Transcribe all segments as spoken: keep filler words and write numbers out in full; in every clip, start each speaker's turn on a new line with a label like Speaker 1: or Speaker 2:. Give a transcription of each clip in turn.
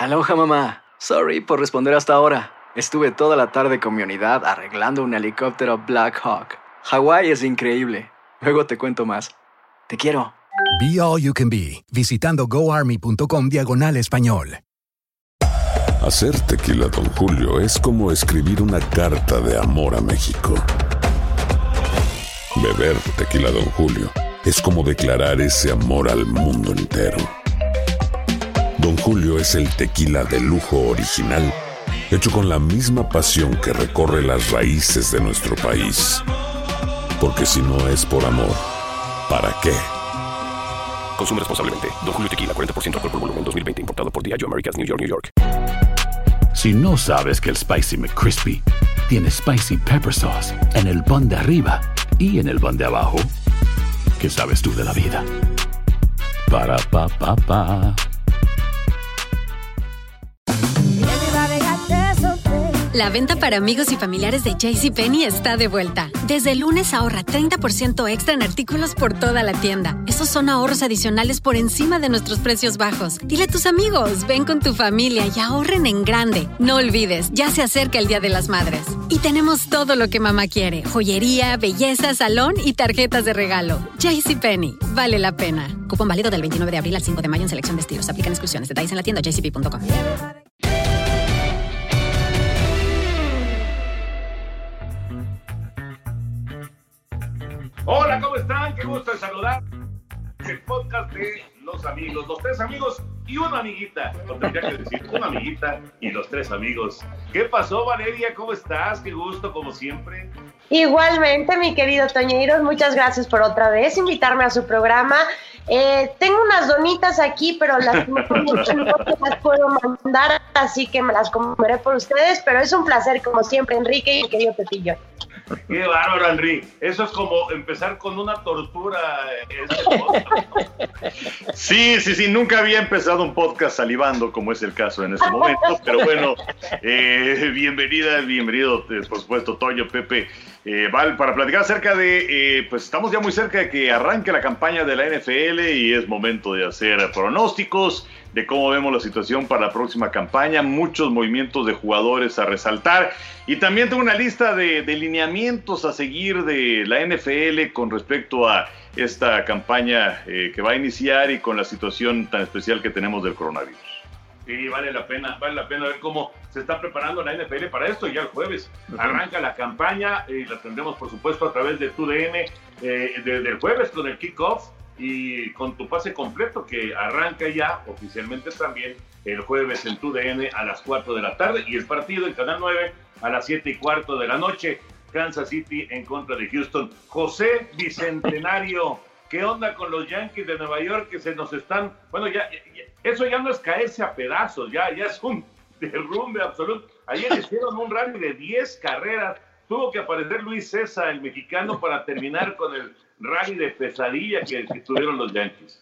Speaker 1: Aloha, mamá. Sorry por responder hasta ahora. Estuve toda la tarde con mi unidad arreglando un helicóptero Black Hawk. Hawái es increíble. Luego te cuento más. Te quiero.
Speaker 2: Be All You Can Be, visitando goarmy.com diagonal español.
Speaker 3: Hacer tequila Don Julio es como escribir una carta de amor a México. Beber tequila Don Julio es como declarar ese amor al mundo entero. Don Julio es el tequila de lujo original, hecho con la misma pasión que recorre las raíces de nuestro país. Porque si no es por amor, ¿para qué?
Speaker 4: Consume responsablemente. Don Julio Tequila, cuarenta por ciento alcohol por volumen, dos mil veinte. Importado por Diageo Americas, New York, New York.
Speaker 5: Si no sabes que el Spicy McCrispy tiene Spicy Pepper Sauce en el pan de arriba y en el pan de abajo, ¿qué sabes tú de la vida? Para, pa, pa, pa.
Speaker 6: La venta para amigos y familiares de JCPenney está de vuelta. Desde el lunes ahorra treinta por ciento extra en artículos por toda la tienda. Esos son ahorros adicionales por encima de nuestros precios bajos. Dile a tus amigos, ven con tu familia y ahorren en grande. No olvides, ya se acerca el Día de las Madres. Y tenemos todo lo que mamá quiere. Joyería, belleza, salón y tarjetas de regalo. JCPenney, vale la pena. Cupón válido del veintinueve de abril al cinco de mayo en selección de estilos. Aplican exclusiones. Detalles en la tienda j c p punto com.
Speaker 7: Hola, ¿cómo están? Qué gusto de saludar. El podcast de los amigos, los tres amigos y una amiguita. No tendría que decir una amiguita y los tres amigos. ¿Qué pasó, Valeria? ¿Cómo estás? Qué gusto, como siempre.
Speaker 8: Igualmente, mi querido Toñeiros, muchas gracias por otra vez invitarme a su programa. Eh, tengo unas donitas aquí, pero las no las puedo mandar, así que me las comeré por ustedes, pero es un placer, como siempre, Enrique y mi querido Pepillo.
Speaker 7: Qué bárbaro, Henry. Eso es como empezar con una tortura. Este podcast.
Speaker 9: Sí, sí, sí. Nunca había empezado un podcast salivando, como es el caso en este momento. Pero bueno, eh, bienvenida, bienvenido, por supuesto, Toño, Pepe, eh, Val, para platicar acerca de, eh, pues estamos ya muy cerca de que arranque la campaña de la N F L y es momento de hacer pronósticos de cómo vemos la situación para la próxima campaña, muchos movimientos de jugadores a resaltar y también tengo una lista de, de lineamientos a seguir de la N F L con respecto a esta campaña eh, que va a iniciar y con la situación tan especial que tenemos del coronavirus.
Speaker 7: Sí, vale la pena, vale la pena ver cómo se está preparando la N F L para esto. Ya el jueves arranca la campaña y la tendremos, por supuesto, a través de tu D N eh, desde el jueves con el kickoff y con tu pase completo que arranca ya oficialmente también el jueves en tu D N a las cuatro de la tarde y el partido en Canal nueve a las siete y cuarto de la noche. Kansas City en contra de Houston. José Bicentenario, ¿qué onda con los Yankees de Nueva York que se nos están... Bueno, ya, ya eso ya no es caerse a pedazos, ya, ya es un derrumbe absoluto. Ayer hicieron un rally de diez carreras. Tuvo que aparecer Luis César, el mexicano, para terminar con el rally de pesadilla que, que tuvieron los Yankees.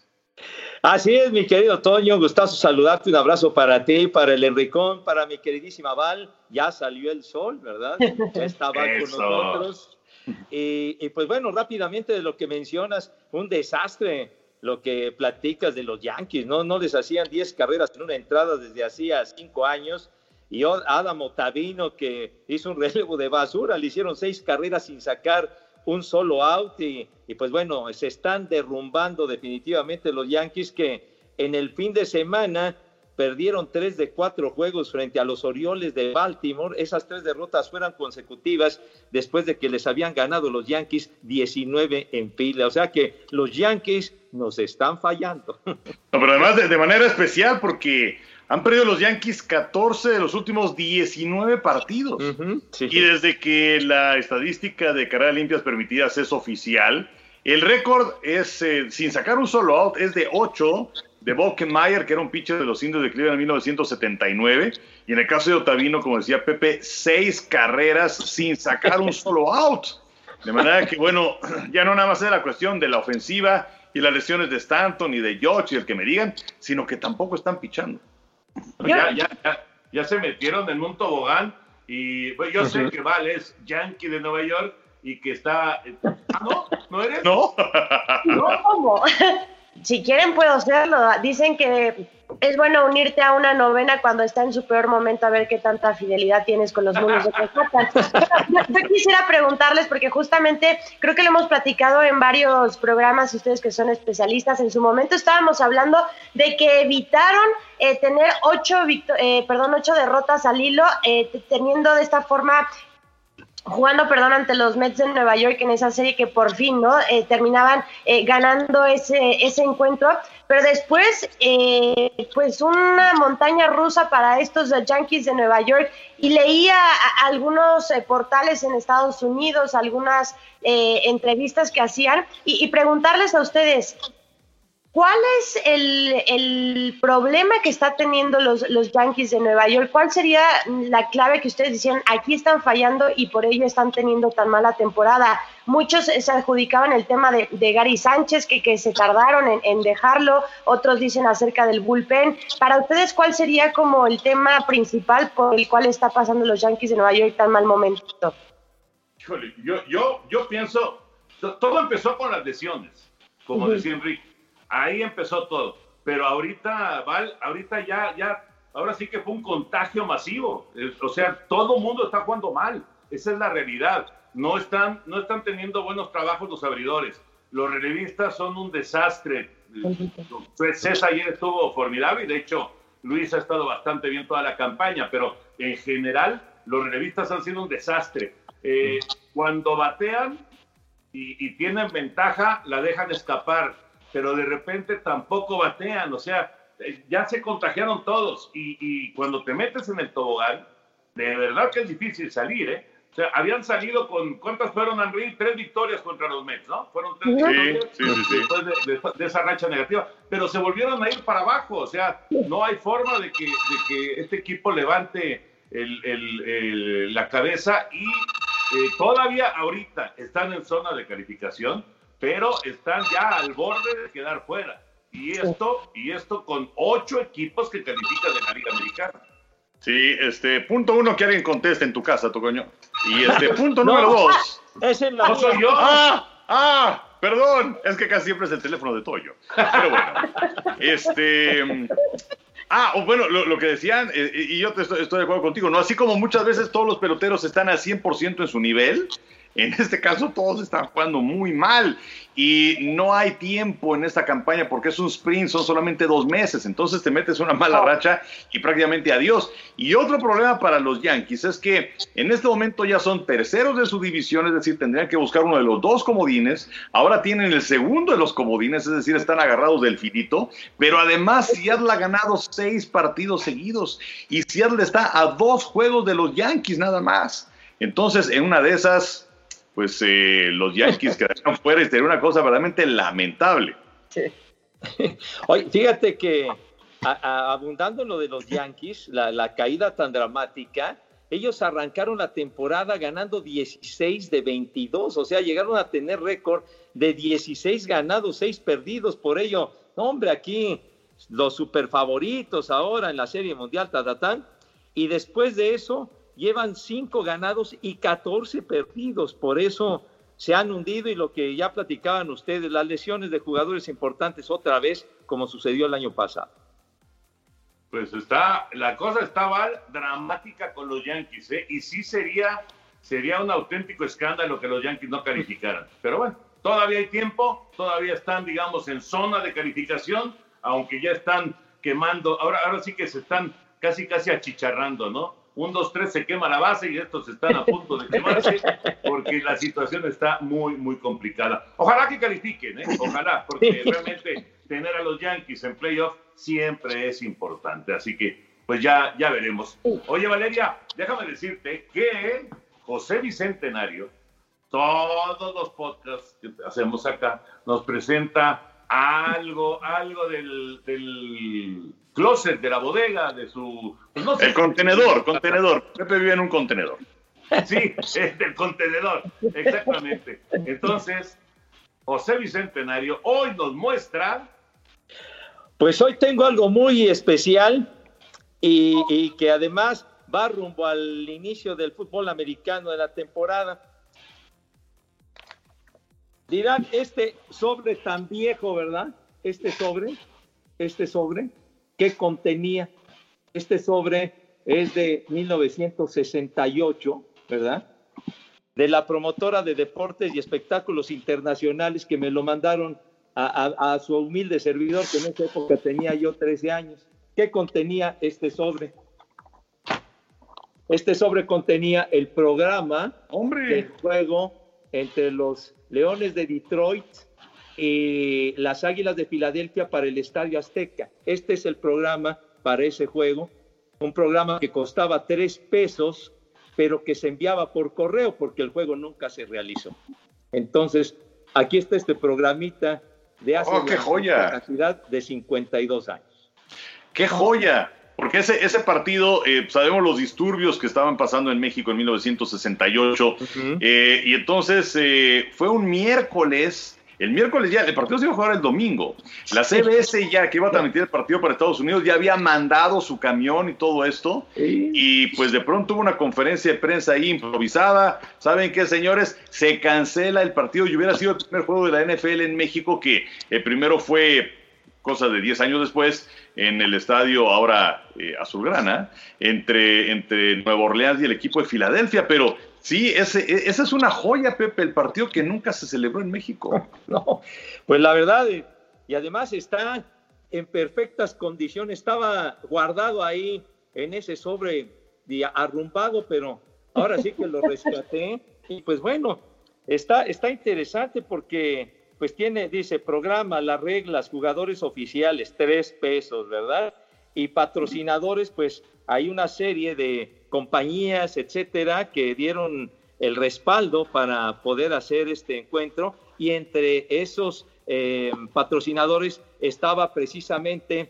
Speaker 10: Así es, mi querido Toño, gustazo saludarte, un abrazo para ti, para el Enricón, para mi queridísima Val, ya salió el sol, ¿verdad? Ya está Val con nosotros. Y, y pues bueno, rápidamente de lo que mencionas, un desastre lo que platicas de los Yankees, ¿no? No les hacían diez carreras en una entrada desde hacía cinco años, y Adam Ottavino, que hizo un relevo de basura, le hicieron seis carreras sin sacar un solo out y, y pues bueno, se están derrumbando definitivamente los Yankees que en el fin de semana perdieron tres de cuatro juegos frente a los Orioles de Baltimore. Esas tres derrotas fueron consecutivas después de que les habían ganado los Yankees diecinueve en fila, o sea que los Yankees nos están fallando.
Speaker 9: No, pero además de, de manera especial porque han perdido los Yankees catorce de los últimos diecinueve partidos. Uh-huh, sí. Y desde que la estadística de carreras limpias permitidas es oficial, el récord es, eh, sin sacar un solo out, es de ocho de Volkenmayer, que era un pitcher de los Indios de Cleveland en mil novecientos setenta y nueve. Y en el caso de Ottavino, como decía Pepe, seis carreras sin sacar un solo out. De manera que, bueno, ya no nada más es la cuestión de la ofensiva y las lesiones de Stanton y de George y el que me digan, sino que tampoco están pichando.
Speaker 7: Ya, ya, ya, ya se metieron en un tobogán y pues, yo uh-huh. sé que Val es Yankee de Nueva York y que está... ¿Ah, no? ¿No eres?
Speaker 9: No.
Speaker 8: No, ¿cómo? Si quieren puedo hacerlo. Dicen que es bueno unirte a una novena cuando está en su peor momento, a ver qué tanta fidelidad tienes con los mulos de Coyoacán. Yo, yo quisiera preguntarles, porque justamente creo que lo hemos platicado en varios programas, ustedes que son especialistas, en su momento estábamos hablando de que evitaron eh, tener ocho, eh, perdón, ocho derrotas al hilo, eh, teniendo de esta forma... jugando, perdón, ante los Mets de Nueva York en esa serie que por fin, ¿no? Eh, terminaban eh, ganando ese, ese encuentro, pero después, eh, pues una montaña rusa para estos Yankees de Nueva York, y leía a, a algunos eh, portales en Estados Unidos, algunas eh, entrevistas que hacían, y, y preguntarles a ustedes, ¿cuál es el, el problema que está teniendo los, los Yankees de Nueva York? ¿Cuál sería la clave que ustedes decían, aquí están fallando y por ello están teniendo tan mala temporada? Muchos se adjudicaban el tema de, de Gary Sánchez, que, que se tardaron en, en dejarlo, otros dicen acerca del bullpen. Para ustedes, ¿cuál sería como el tema principal por el cual está pasando los Yankees de Nueva York tan mal momento?
Speaker 7: Híjole, yo, yo, yo pienso, todo empezó con las lesiones, como uh-huh. decía Enrique. Ahí empezó todo, pero ahorita, Val, ahorita ya, ya, ahora sí que fue un contagio masivo, o sea, todo el mundo está jugando mal, esa es la realidad, no están, no están teniendo buenos trabajos los abridores, los relevistas son un desastre, César ayer estuvo formidable y de hecho Luis ha estado bastante bien toda la campaña, pero en general los relevistas han sido un desastre, eh, cuando batean y, y tienen ventaja la dejan escapar, pero de repente tampoco batean, o sea, ya se contagiaron todos, y, y cuando te metes en el tobogán, de verdad que es difícil salir, ¿eh? O sea, habían salido con, ¿cuántas fueron, Henry? Tres victorias contra los Mets, ¿no? Fueron tres
Speaker 9: sí,
Speaker 7: victorias
Speaker 9: sí, sí, sí.
Speaker 7: después de, de, de esa racha negativa, pero se volvieron a ir para abajo, o sea, no hay forma de que, de que este equipo levante el, el, el, la cabeza, y eh, todavía ahorita están en zona de calificación, pero están ya al borde de quedar fuera. Y esto, y esto con ocho equipos que califican de la Liga Americana.
Speaker 9: Sí, este, punto uno, que alguien conteste en tu casa, Tocoño. Y este, punto no, número dos.
Speaker 10: Es en la
Speaker 7: no soy yo.
Speaker 9: ¡Ah! ¡Ah! Perdón, es que casi siempre es el teléfono de Toyo. Pero bueno, este... Ah, bueno, lo, lo que decían, eh, y yo te estoy, estoy de acuerdo contigo, ¿no? Así como muchas veces todos los peloteros están al cien por ciento en su nivel, en este caso todos están jugando muy mal y no hay tiempo en esta campaña porque es un sprint, son solamente dos meses, entonces te metes una mala racha y prácticamente adiós. Y otro problema para los Yankees es que en este momento ya son terceros de su división, es decir, tendrían que buscar uno de los dos comodines, ahora tienen el segundo de los comodines, es decir, están agarrados del finito, pero además Seattle ha ganado seis partidos seguidos y Seattle está a dos juegos de los Yankees nada más. Entonces, en una de esas... pues eh, los Yankees quedaron fuera y sería una cosa verdaderamente lamentable.
Speaker 10: Sí. Oye, fíjate que a, a, abundando en lo de los Yankees, la, la caída tan dramática, ellos arrancaron la temporada ganando dieciséis de veintidós, o sea, llegaron a tener récord de dieciséis ganados, seis perdidos, por ello, no, hombre, aquí los superfavoritos ahora en la Serie Mundial, tatatán, y después de eso llevan cinco ganados y catorce perdidos, por eso se han hundido, y lo que ya platicaban ustedes, las lesiones de jugadores importantes otra vez, como sucedió el año pasado.
Speaker 7: Pues está, la cosa está Val, dramática con los Yankees, ¿eh? Y sí sería, sería un auténtico escándalo que los Yankees no calificaran, pero bueno, todavía hay tiempo, todavía están, digamos, en zona de calificación, aunque ya están quemando, ahora, ahora sí que se están casi casi achicharrando, ¿no? Un, dos, tres se quema la base y estos están a punto de quemarse porque la situación está muy, muy complicada. Ojalá que califiquen, ¿eh? Ojalá, porque realmente tener a los Yankees en playoff siempre es importante. Así que, pues ya, ya veremos. Oye, Valeria, déjame decirte que José Bicentenario, todos los podcasts que hacemos acá, nos presenta algo, algo del... del closet, de la bodega, de su... Pues no sé,
Speaker 9: el contenedor, contenedor. Pepe vive en un contenedor.
Speaker 7: Sí, es del contenedor, exactamente. Entonces, José Bicentenario hoy nos muestra...
Speaker 10: Pues hoy tengo algo muy especial y, y que además va rumbo al inicio del fútbol americano de la temporada. Dirán, este sobre tan viejo, ¿verdad? Este sobre, este sobre... qué contenía. Este sobre es de mil novecientos sesenta y ocho, ¿verdad? De la promotora de deportes y espectáculos internacionales, que me lo mandaron a, a, a su humilde servidor, que en esa época tenía yo trece años. ¿Qué contenía este sobre? Este sobre contenía el programa
Speaker 9: ¡Hombre!
Speaker 10: del juego entre los Leones de Detroit y las Águilas de Filadelfia para el Estadio Azteca. Este es el programa para ese juego, un programa que costaba tres pesos, pero que se enviaba por correo porque el juego nunca se realizó. Entonces, aquí está este programita de hace
Speaker 9: ¡Oh, qué joya!
Speaker 10: cantidad de cincuenta y dos años.
Speaker 9: ¡Qué joya! Porque ese, ese partido, eh, sabemos los disturbios que estaban pasando en México en mil novecientos sesenta y ocho, uh-huh. eh, y entonces eh, fue un miércoles, el miércoles ya, el partido se iba a jugar el domingo, la C B S ya que iba a transmitir el partido para Estados Unidos ya había mandado su camión y todo esto, ¿sí? Y pues de pronto hubo una conferencia de prensa ahí improvisada. ¿Saben qué, señores? Se cancela el partido y hubiera sido el primer juego de la N F L en México, que el primero fue cosa de diez años después, en el estadio ahora eh, azulgrana, entre, entre Nueva Orleans y el equipo de Filadelfia, pero sí, ese, esa es una joya, Pepe, el partido que nunca se celebró en México.
Speaker 10: No, pues la verdad, y además está en perfectas condiciones, estaba guardado ahí en ese sobre arrumbado, pero ahora sí que lo rescaté, y pues bueno, está, está interesante porque pues tiene, dice, programa, las reglas, jugadores oficiales, tres pesos, ¿verdad? Y patrocinadores, pues hay una serie de compañías, etcétera, que dieron el respaldo para poder hacer este encuentro, y entre esos eh, patrocinadores estaba precisamente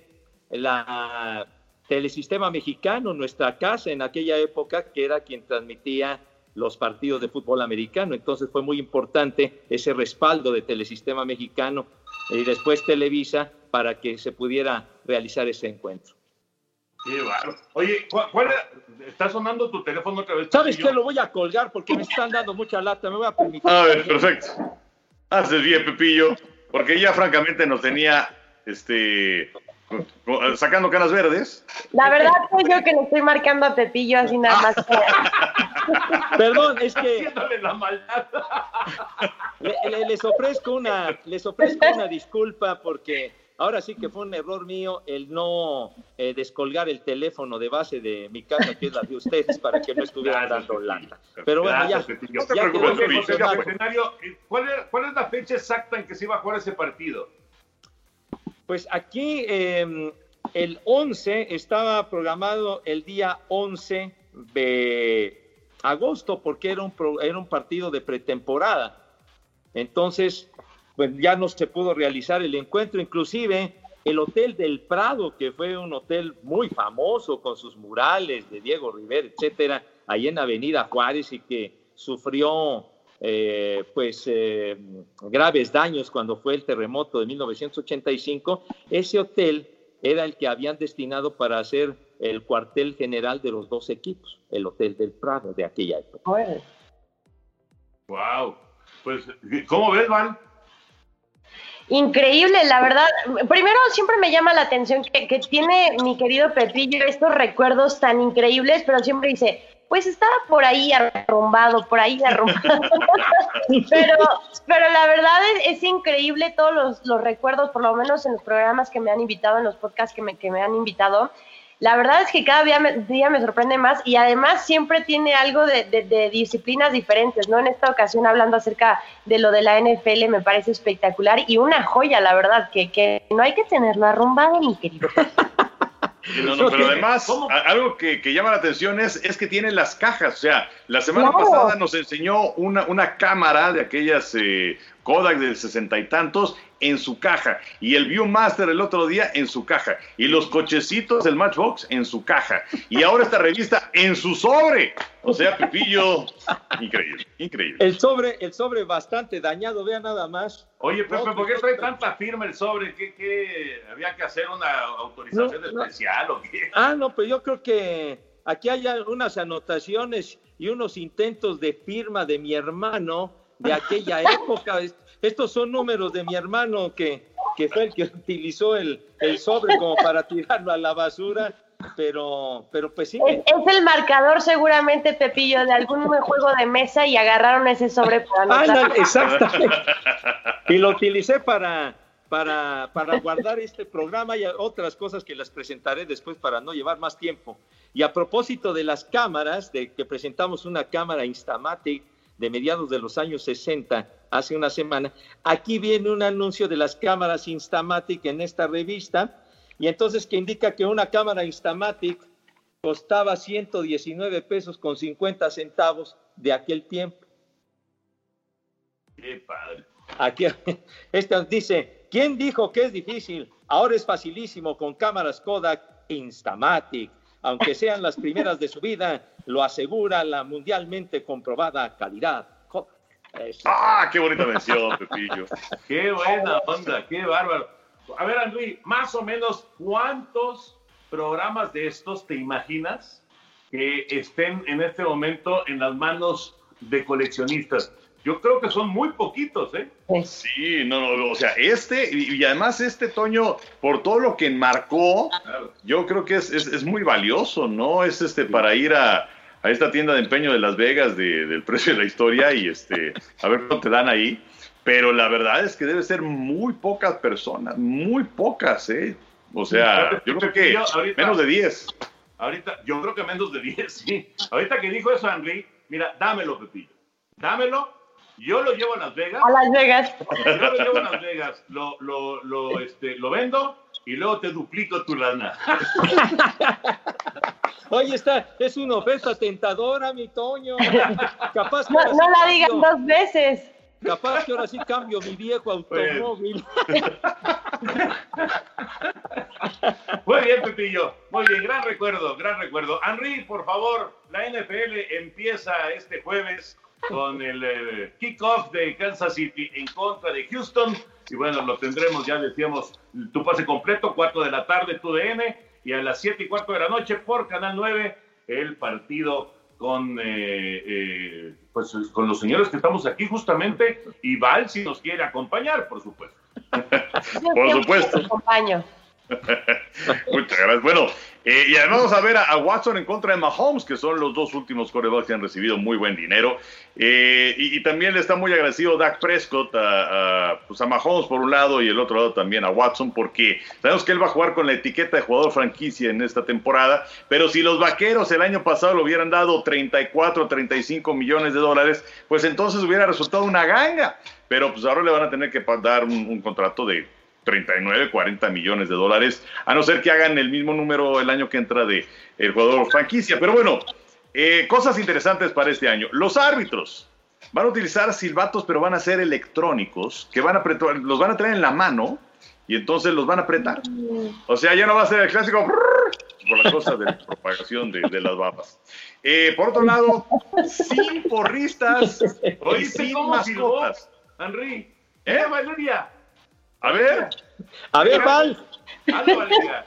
Speaker 10: la Telesistema Mexicano, nuestra casa en aquella época, que era quien transmitía los partidos de fútbol americano. Entonces fue muy importante ese respaldo de Telesistema Mexicano y después Televisa para que se pudiera realizar ese encuentro.
Speaker 7: Qué bárbaro. Oye, ¿cuál, cuál era? ¿Está sonando tu teléfono otra vez?
Speaker 10: ¿Sabes qué? Lo voy a colgar porque me están dando mucha lata, me voy a permitir.
Speaker 9: A ver, perfecto. Haces bien, Pepillo, porque ya francamente nos tenía este sacando canas verdes.
Speaker 8: La verdad soy yo que le estoy marcando a Pepillo así nada más.
Speaker 10: Perdón, es que
Speaker 7: haciéndole la maldad.
Speaker 10: Le, le, les ofrezco una, les ofrezco una disculpa porque ahora sí que fue un error mío el no eh, descolgar el teléfono de base de mi casa, que es la de ustedes, para que no estuvieran dando lata. Pero bueno, ya.
Speaker 7: No te preocupes, Funcionario, ¿cuál es, ¿cuál es la fecha exacta en que se iba a jugar ese partido?
Speaker 10: Pues aquí eh, el once estaba programado el día once de agosto porque era un, pro, era un partido de pretemporada. Entonces, pues ya no se pudo realizar el encuentro. Inclusive el Hotel del Prado, que fue un hotel muy famoso con sus murales de Diego Rivera, etcétera, ahí en Avenida Juárez, y que sufrió Eh, pues eh, graves daños cuando fue el terremoto de mil novecientos ochenta y cinco. Ese hotel era el que habían destinado para hacer el cuartel general de los dos equipos, el Hotel del Prado de aquella época.
Speaker 7: Wow, pues ¿cómo ves, Val?
Speaker 8: Increíble, la verdad. Primero, siempre me llama la atención que, que tiene mi querido Pepillo estos recuerdos tan increíbles, pero siempre dice, pues estaba por ahí arrumbado, por ahí arrumbado. pero, pero la verdad es, es increíble todos los, los recuerdos, por lo menos en los programas que me han invitado, en los podcasts que me, que me han invitado. La verdad es que cada día me, día me sorprende más, y además siempre tiene algo de, de, de disciplinas diferentes, ¿no? En esta ocasión, hablando acerca de lo de la N F L, me parece espectacular y una joya, la verdad, que, que no hay que tenerlo arrumbado, mi querido.
Speaker 9: No, no, pero además, ¿cómo? Algo que, que llama la atención es, es que tiene las cajas. O sea, la semana claro. pasada nos enseñó una, una cámara de aquellas eh, Kodak del sesenta y tantos en su caja, y el Viewmaster el otro día en su caja, y los cochecitos del Matchbox en su caja, y ahora esta revista en su sobre. O sea, Pepillo, increíble, increíble.
Speaker 10: El sobre, el sobre bastante dañado, vea nada más.
Speaker 7: Oye, Pepe, ¿por qué trae tanta firma el sobre? ¿Qué, qué había que hacer una autorización no, no. especial o qué?
Speaker 10: Ah, no, pues yo creo que aquí hay unas anotaciones y unos intentos de firma de mi hermano de aquella época. Estos son números de mi hermano que que fue el que utilizó el, el sobre como para tirarlo a la basura, pero, pero pues sí.
Speaker 8: Es, es el marcador seguramente, Pepillo, de algún juego de mesa y agarraron ese sobre para anotar.
Speaker 10: Ah, exactamente. Y lo utilicé para, para, para guardar este programa y otras cosas que las presentaré después para no llevar más tiempo. Y a propósito de las cámaras, de que presentamos una cámara Instamatic de mediados de los años sesenta, hace una semana, aquí viene un anuncio de las cámaras Instamatic en esta revista, y entonces que indica que una cámara Instamatic costaba ciento diecinueve pesos con cincuenta centavos de aquel tiempo.
Speaker 7: Qué padre.
Speaker 10: Aquí este dice, ¿quién dijo que es difícil? Ahora es facilísimo con cámaras Kodak Instamatic. Aunque sean las primeras de su vida, lo asegura la mundialmente comprobada calidad.
Speaker 9: Eso. ¡Ah, qué bonita mención, Pepillo!
Speaker 7: ¡Qué buena onda! ¡Qué bárbaro! A ver, André, más o menos, ¿cuántos programas de estos te imaginas que estén en este momento en las manos de coleccionistas? Yo creo que son muy poquitos, ¿eh?
Speaker 9: Sí, no, no, o sea, este, y, y además este, Toño, por todo lo que enmarcó, claro. Yo creo que es, es, es muy valioso, ¿no? Es este, sí. Para ir a, a esta tienda de empeño de Las Vegas de, del precio de la historia y este, a ver cómo te dan ahí. Pero la verdad es que debe ser muy pocas personas, muy pocas, ¿eh? O sea, yo creo que ahorita, menos de diez.
Speaker 7: Ahorita, yo creo que menos de diez, sí. Ahorita que dijo eso, Henry, mira, dámelo, Pepillo. Dámelo. Yo lo llevo a Las Vegas.
Speaker 8: A Las Vegas.
Speaker 7: Yo lo llevo a Las Vegas, lo, lo, lo, este, lo vendo y luego te duplico tu lana.
Speaker 10: Oye, esta es una oferta tentadora, mi Toño. Capaz que
Speaker 8: no,
Speaker 10: no
Speaker 8: sí la digan cambio, dos veces.
Speaker 10: Capaz que ahora sí cambio mi viejo automóvil.
Speaker 7: Muy bien, Pepillo. Muy bien, gran recuerdo, gran recuerdo. Henry, por favor, la N F L empieza este jueves con el eh, kickoff de Kansas City en contra de Houston. Y bueno, lo tendremos, ya decíamos, tu pase completo, cuatro de la tarde, tu D N, y a las siete y cuarto de la noche por Canal nueve, el partido con, eh, eh, pues, con los señores que estamos aquí justamente, y Val, si nos quiere acompañar, por supuesto.
Speaker 9: Por supuesto.
Speaker 8: Te acompaño.
Speaker 9: Muchas gracias. Bueno, eh, y además vamos a ver a, a Watson en contra de Mahomes, que son los dos últimos quarterbacks que han recibido muy buen dinero. Eh, y, y también le está muy agradecido Dak Prescott a, a, pues a Mahomes por un lado y el otro lado también a Watson, porque sabemos que él va a jugar con la etiqueta de jugador franquicia en esta temporada, pero si los Vaqueros el año pasado le hubieran dado treinta y cuatro, treinta y cinco millones de dólares, pues entonces hubiera resultado una ganga, pero pues ahora le van a tener que dar un, un contrato de treinta y nueve, cuarenta millones de dólares, a no ser que hagan el mismo número el año que entra de el jugador franquicia. Pero bueno, eh, cosas interesantes para este año. Los árbitros van a utilizar silbatos, pero van a ser electrónicos, que van a apretar, los van a traer en la mano y entonces los van a apretar. O sea, ya no va a ser el clásico por la cosa de propagación de, de las babas. Eh, por otro lado, sin porristas y sin mascotas.
Speaker 7: Henry,
Speaker 9: ¿eh,
Speaker 7: Valeria?
Speaker 9: A ver.
Speaker 10: A ver, Val.
Speaker 7: Hazlo, Valeria.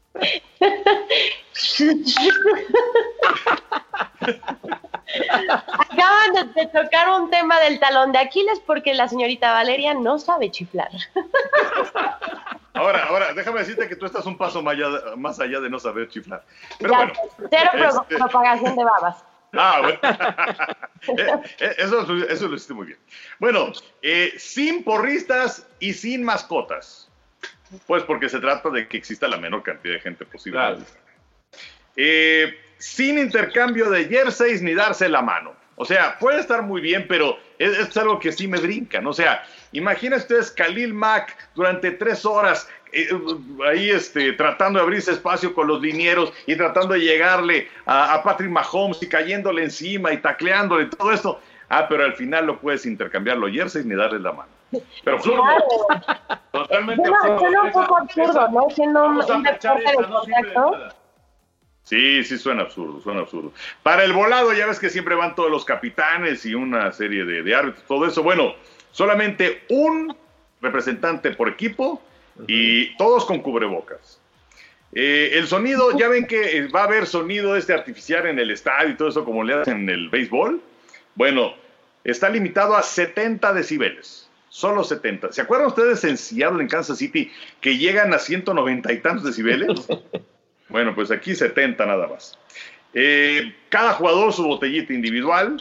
Speaker 8: Acaban de, de tocar un tema del talón de Aquiles porque la señorita Valeria no sabe chiflar.
Speaker 9: Ahora, ahora, déjame decirte que tú estás un paso más allá, más allá de no saber chiflar. Pero
Speaker 8: ya,
Speaker 9: bueno.
Speaker 8: Cero
Speaker 9: este...
Speaker 8: propagación de babas.
Speaker 9: Ah, bueno. eso, eso lo hiciste muy bien. Bueno, eh, sin porristas y sin mascotas. Pues porque se trata de que exista la menor cantidad de gente posible. Claro. Eh, sin intercambio de jerseys ni darse la mano. O sea, puede estar muy bien, pero es, es algo que sí me brincan. O sea, imaginen ustedes Khalil Mack durante tres horas eh, ahí este, tratando de abrirse espacio con los linieros y tratando de llegarle a, a Patrick Mahomes y cayéndole encima y tacleándole y todo esto. Ah, pero al final no puedes intercambiar los jerseys ni darles la mano. Pero absurdo.
Speaker 8: Claro.
Speaker 7: Totalmente
Speaker 8: bueno,
Speaker 7: absurdo.
Speaker 8: Suena un poco absurdo, ¿no? Siendo un, un deporte de contacto.
Speaker 9: Sí, sí, suena absurdo, suena absurdo. Para el volado, ya ves que siempre van todos los capitanes y una serie de, de árbitros, todo eso. Bueno, solamente un representante por equipo y todos con cubrebocas. Eh, el sonido, ya ven que va a haber sonido este artificial en el estadio y todo eso como le hacen en el béisbol. Bueno, está limitado a setenta decibeles. solo setenta. ¿Se acuerdan ustedes en Seattle, en Kansas City, que llegan a ciento noventa y tantos decibeles? Bueno, pues aquí setenta nada más. Eh, cada jugador su botellita individual.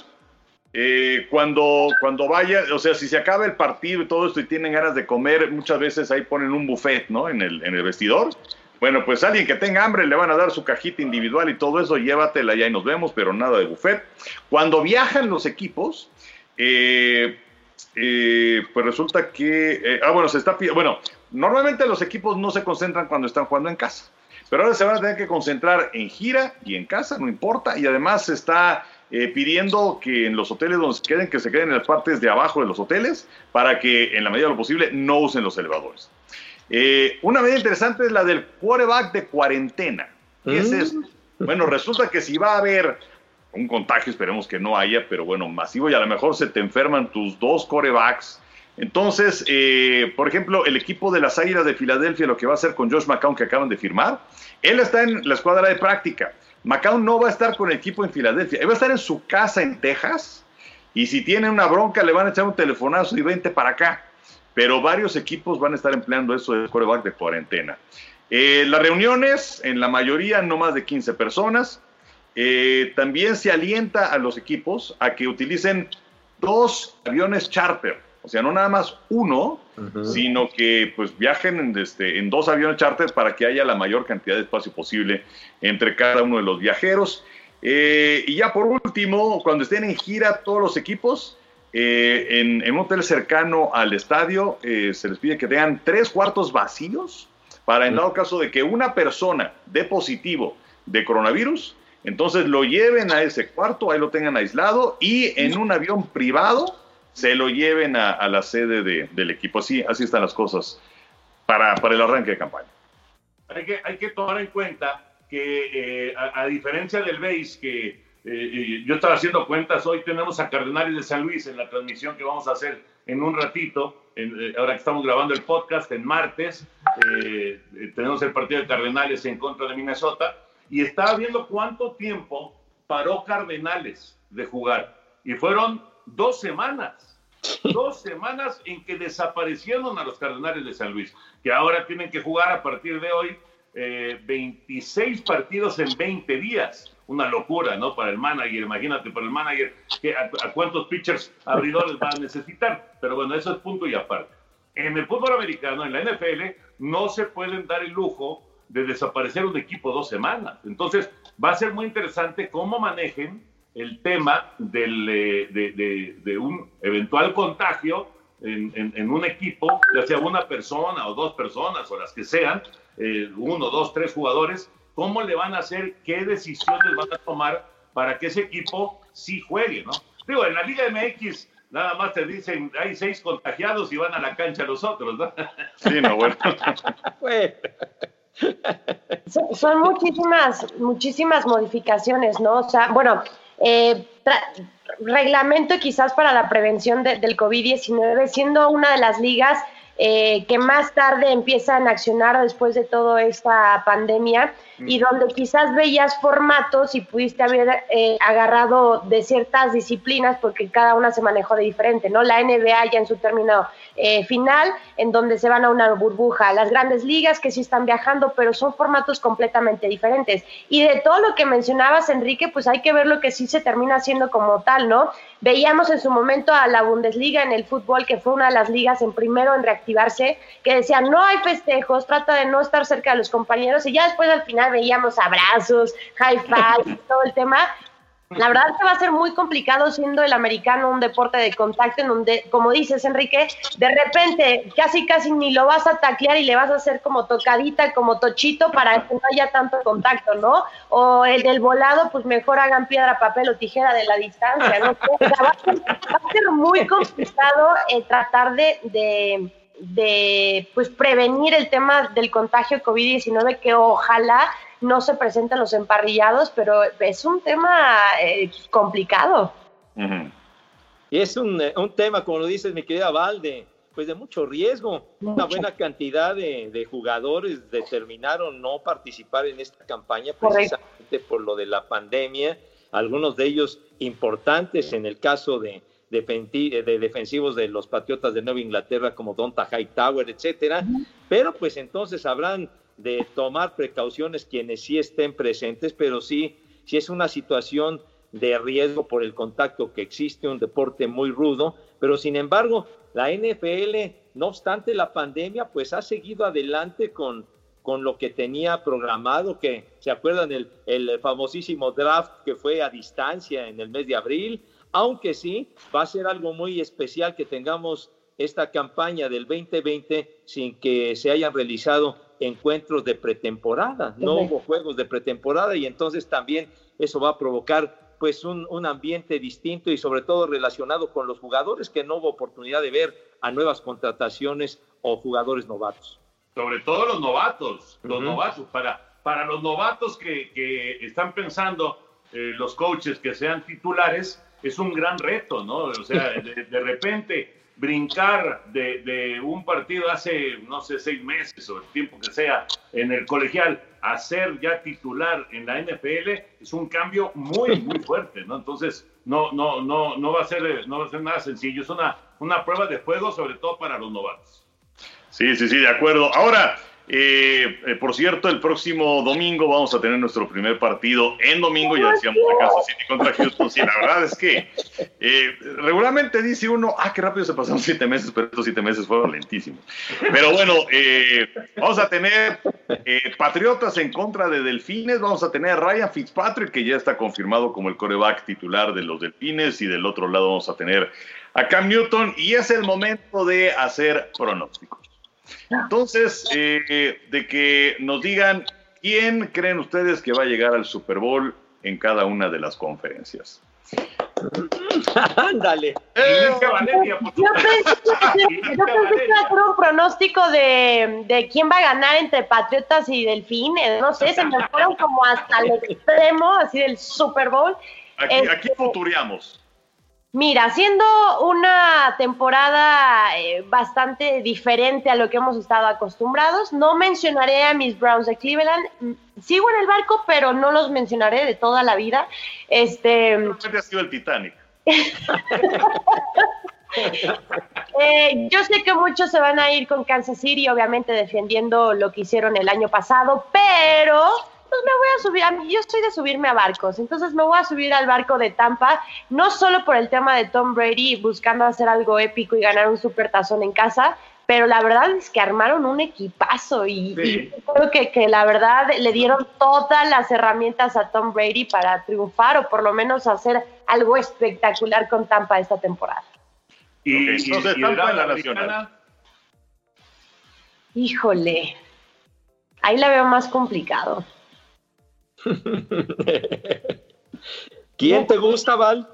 Speaker 9: Eh, cuando, cuando vaya, o sea, si se acaba el partido y todo esto y tienen ganas de comer, muchas veces ahí ponen un buffet, ¿no? En el, en el vestidor. Bueno, pues a alguien que tenga hambre le van a dar su cajita individual y todo eso, llévatela ya y nos vemos, pero nada de buffet. Cuando viajan los equipos, eh, eh, pues resulta que, eh, ah, bueno, se está, bueno, normalmente los equipos no se concentran cuando están jugando en casa, pero ahora se van a tener que concentrar en gira y en casa, no importa, y además se está eh, pidiendo que en los hoteles donde se queden, que se queden en las partes de abajo de los hoteles, para que en la medida de lo posible no usen los elevadores. Eh, una medida interesante es la del quarterback de cuarentena. ¿Qué es eso? Bueno, resulta que si va a haber un contagio, esperemos que no haya, pero bueno, masivo, y a lo mejor se te enferman tus dos quarterbacks. Entonces, eh, por ejemplo, el equipo de las Águilas de Filadelfia, lo que va a hacer con Josh McCown, que acaban de firmar, él está en la escuadra de práctica. McCown no va a estar con el equipo en Filadelfia, él va a estar en su casa en Texas, y si tiene una bronca le van a echar un telefonazo y vente para acá. Pero varios equipos van a estar empleando eso de quarterback de cuarentena. Eh, las reuniones, en la mayoría, no más de quince personas. Eh, también se alienta a los equipos a que utilicen dos aviones charter. O sea, no nada más uno, uh-huh. sino que pues viajen en, este, en dos aviones charter para que haya la mayor cantidad de espacio posible entre cada uno de los viajeros. Eh, y ya por último, cuando estén en gira todos los equipos, Eh, en, en un hotel cercano al estadio, eh, se les pide que tengan tres cuartos vacíos para, en dado caso de que una persona dé positivo de coronavirus, entonces lo lleven a ese cuarto, ahí lo tengan aislado, y en un avión privado se lo lleven a, a la sede de, del equipo. Así, así están las cosas para, para el arranque de campaña.
Speaker 7: Hay que, hay que tomar en cuenta que, eh, a, a diferencia del base, que Eh, yo estaba haciendo cuentas, hoy tenemos a Cardenales de San Luis en la transmisión que vamos a hacer en un ratito, en, eh, ahora que estamos grabando el podcast, en martes, eh, eh, tenemos el partido de Cardenales en contra de Minnesota, y estaba viendo cuánto tiempo paró Cardenales de jugar, y fueron dos semanas, dos semanas en que desaparecieron a los Cardenales de San Luis, que ahora tienen que jugar a partir de hoy eh, veintiséis partidos en veinte días. Una locura, ¿no? Para el manager, imagínate, para el manager, que a, a cuántos pitchers abridores va a necesitar. Pero bueno, eso es punto y aparte. En el fútbol americano, en la N F L, no se pueden dar el lujo de desaparecer un equipo dos semanas. Entonces, va a ser muy interesante cómo manejen el tema del, eh, de, de, de un eventual contagio en, en, en un equipo, ya sea una persona o dos personas, o las que sean, eh, uno, dos, tres jugadores. ¿Cómo le van a hacer? ¿Qué decisiones van a tomar para que ese equipo sí juegue, ¿no? Digo, en la Liga M X nada más te dicen, hay seis contagiados y van a la cancha los otros, ¿no?
Speaker 9: Sí, no, bueno.
Speaker 8: son, son muchísimas, muchísimas modificaciones, ¿no? O sea, bueno, eh, tra- reglamento quizás para la prevención de, del COVID diecinueve, siendo una de las ligas Eh, que más tarde empiezan a accionar después de toda esta pandemia, mm. y donde quizás veías formatos y pudiste haber eh, agarrado de ciertas disciplinas porque cada una se manejó de diferente, ¿no? La N B A ya en su término eh, final, en donde se van a una burbuja, las grandes ligas que sí están viajando, pero son formatos completamente diferentes. Y de todo lo que mencionabas, Enrique, pues hay que ver lo que sí se termina haciendo como tal, ¿no? Veíamos en su momento a la Bundesliga en el fútbol, que fue una de las ligas en primero en reactivarse, que decían no hay festejos, trata de no estar cerca de los compañeros, y ya después al final veíamos abrazos, high five, todo el tema. La verdad es que va a ser muy complicado, siendo el americano un deporte de contacto en donde, como dices, Enrique, de repente casi casi ni lo vas a taclear y le vas a hacer como tocadita, como tochito para que no haya tanto contacto, ¿no? O el del volado, pues mejor hagan piedra, papel o tijera de la distancia, ¿no? O sea, va, a ser, va a ser muy complicado eh, tratar de, de, de pues prevenir el tema del contagio COVID diecinueve, que ojalá no se presentan los emparrillados, pero es un tema eh, complicado.
Speaker 10: Uh-huh. Y es un, un tema, como lo dices, mi querida Valde, pues de mucho riesgo. Mucho. Una buena cantidad de, de jugadores determinaron no participar en esta campaña precisamente Correcto. por lo de la pandemia, algunos de ellos importantes en el caso de, defensi- de defensivos de los Patriotas de Nueva Inglaterra como Donta Hightower, etcétera, pero pues entonces habrán de tomar precauciones quienes sí estén presentes, pero sí, sí es una situación de riesgo por el contacto que existe, un deporte muy rudo, pero sin embargo, la N F L, no obstante la pandemia, pues ha seguido adelante con, con lo que tenía programado, que se acuerdan el, el famosísimo draft que fue a distancia en el mes de abril, aunque sí, va a ser algo muy especial que tengamos esta campaña del veinte veinte sin que se hayan realizado encuentros de pretemporada, no hubo juegos de pretemporada y entonces también eso va a provocar pues un, un ambiente distinto y sobre todo relacionado con los jugadores que no hubo oportunidad de ver a nuevas contrataciones o jugadores novatos.
Speaker 7: Sobre todo los novatos, los
Speaker 10: Uh-huh.
Speaker 7: novatos, para, para los novatos que, que están pensando eh, los coaches que sean titulares, es un gran reto, ¿no? O sea, de, de repente brincar de, de un partido hace, no sé, seis meses o el tiempo que sea en el colegial a ser ya titular en la N F L es un cambio muy, muy fuerte, ¿no? Entonces, no, no, no, no va a ser, no va a ser nada sencillo. Es una, una prueba de fuego, sobre todo para los novatos.
Speaker 9: Sí, sí, sí, de acuerdo. Ahora, eh, eh, por cierto, el próximo domingo vamos a tener nuestro primer partido en domingo, ya decíamos, de Kansas City contra Houston. Sí, la verdad es que eh, regularmente dice uno, ah, qué rápido se pasaron siete meses, pero estos siete meses fueron lentísimos. Pero bueno, eh, vamos a tener eh, Patriotas en contra de Delfines, vamos a tener a Ryan Fitzpatrick, que ya está confirmado como el quarterback titular de los Delfines, y del otro lado vamos a tener a Cam Newton, y es el momento de hacer pronósticos. Entonces, eh, de que nos digan quién creen ustedes que va a llegar al Super Bowl en cada una de las conferencias.
Speaker 10: Ándale.
Speaker 8: Eh, yo pensé que iba a hacer un pronóstico de, de quién va a ganar entre Patriotas y Delfines. No sé, se me fueron como hasta el extremo, así del Super Bowl.
Speaker 9: Aquí,
Speaker 8: Este,
Speaker 9: aquí futureamos.
Speaker 8: Mira, siendo una temporada eh, bastante diferente a lo que hemos estado acostumbrados, no mencionaré a mis Browns de Cleveland. Mm, Sigo en el barco, pero no los mencionaré de toda la vida. Este,
Speaker 9: Realmente ha sido el Titanic.
Speaker 8: eh, yo sé que muchos se van a ir con Kansas City, obviamente defendiendo lo que hicieron el año pasado, pero pues me voy a subir, a mí, yo soy de subirme a barcos, entonces me voy a subir al barco de Tampa, no solo por el tema de Tom Brady buscando hacer algo épico y ganar un supertazón en casa, pero la verdad es que armaron un equipazo y,
Speaker 7: Sí.
Speaker 8: y creo que, que la verdad le dieron todas las herramientas a Tom Brady para triunfar o por lo menos hacer algo espectacular con Tampa esta temporada.
Speaker 7: Y,
Speaker 9: Ok,
Speaker 7: y-
Speaker 9: entonces,
Speaker 7: y
Speaker 9: Tampa
Speaker 7: de
Speaker 9: en la
Speaker 7: americana,
Speaker 9: nacional.
Speaker 8: Híjole, ahí la veo más complicado.
Speaker 10: ¿Quién te gusta, Val?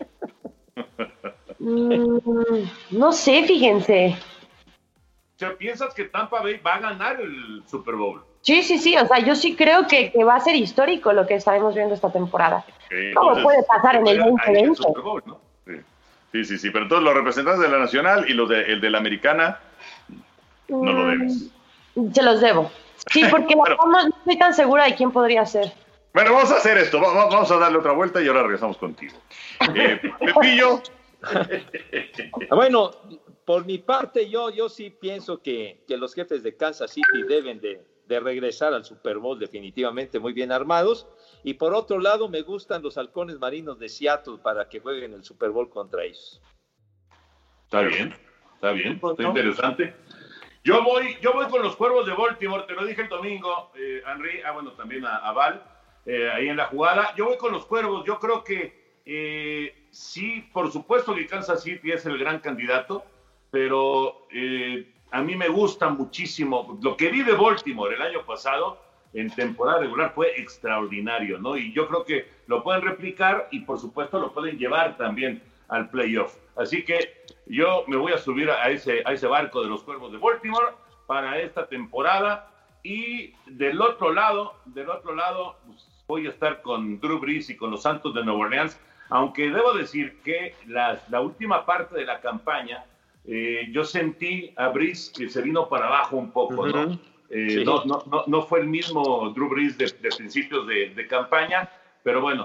Speaker 8: Mm, no sé, fíjense.
Speaker 7: O sea, ¿piensas que Tampa Bay va a ganar el Super Bowl?
Speaker 8: Sí, sí, sí, o sea, yo sí creo que, que va a ser histórico lo que estaremos viendo esta temporada.
Speaker 9: Okay,
Speaker 8: ¿Cómo
Speaker 9: entonces,
Speaker 8: puede pasar en el
Speaker 7: Ahí
Speaker 8: veinte
Speaker 7: el
Speaker 8: veinte?
Speaker 7: Super Bowl, ¿no?
Speaker 9: sí, sí, sí, sí, pero entonces los representantes de la nacional y los de, el de la americana no lo debes.
Speaker 8: Mm, Se los debo. Sí, porque la
Speaker 9: Bueno.
Speaker 8: verdad no estoy tan segura de quién podría ser.
Speaker 9: Bueno, vamos a hacer esto, va- va- vamos a darle otra vuelta y ahora regresamos contigo. Eh, Pepillo,
Speaker 10: Bueno, por mi parte, yo, yo sí pienso que, que los jefes de Kansas City deben de, de regresar al Super Bowl definitivamente muy bien armados. Y por otro lado, me gustan los halcones marinos de Seattle para que jueguen el Super Bowl contra ellos.
Speaker 7: Está bien, está bien, está
Speaker 10: ¿No?
Speaker 7: interesante. Yo voy, yo voy con los Cuervos de Baltimore, te lo dije el domingo, eh, Henry, ah, bueno, también a, a Val, eh, ahí en la jugada. Yo voy con los Cuervos, yo creo que eh, sí, por supuesto que Kansas City es el gran candidato, pero eh, a mí me gusta muchísimo. Lo que vi de Baltimore el año pasado, en temporada regular, fue extraordinario, ¿no? Y yo creo que lo pueden replicar y por supuesto lo pueden llevar también al playoff. Así que yo me voy a subir a ese, a ese barco de los Cuervos de Baltimore para esta temporada. Y del otro lado, del otro lado, pues, voy a estar con Drew Brees y con los Santos de Nueva Orleans, aunque debo decir que la, la última parte de la campaña, eh, yo sentí a Brees que se vino para abajo un poco, ¿no?
Speaker 10: Uh-huh.
Speaker 7: Eh,
Speaker 10: Sí.
Speaker 7: no, no, no, no fue el mismo Drew Brees de, de principios de, de campaña, pero bueno,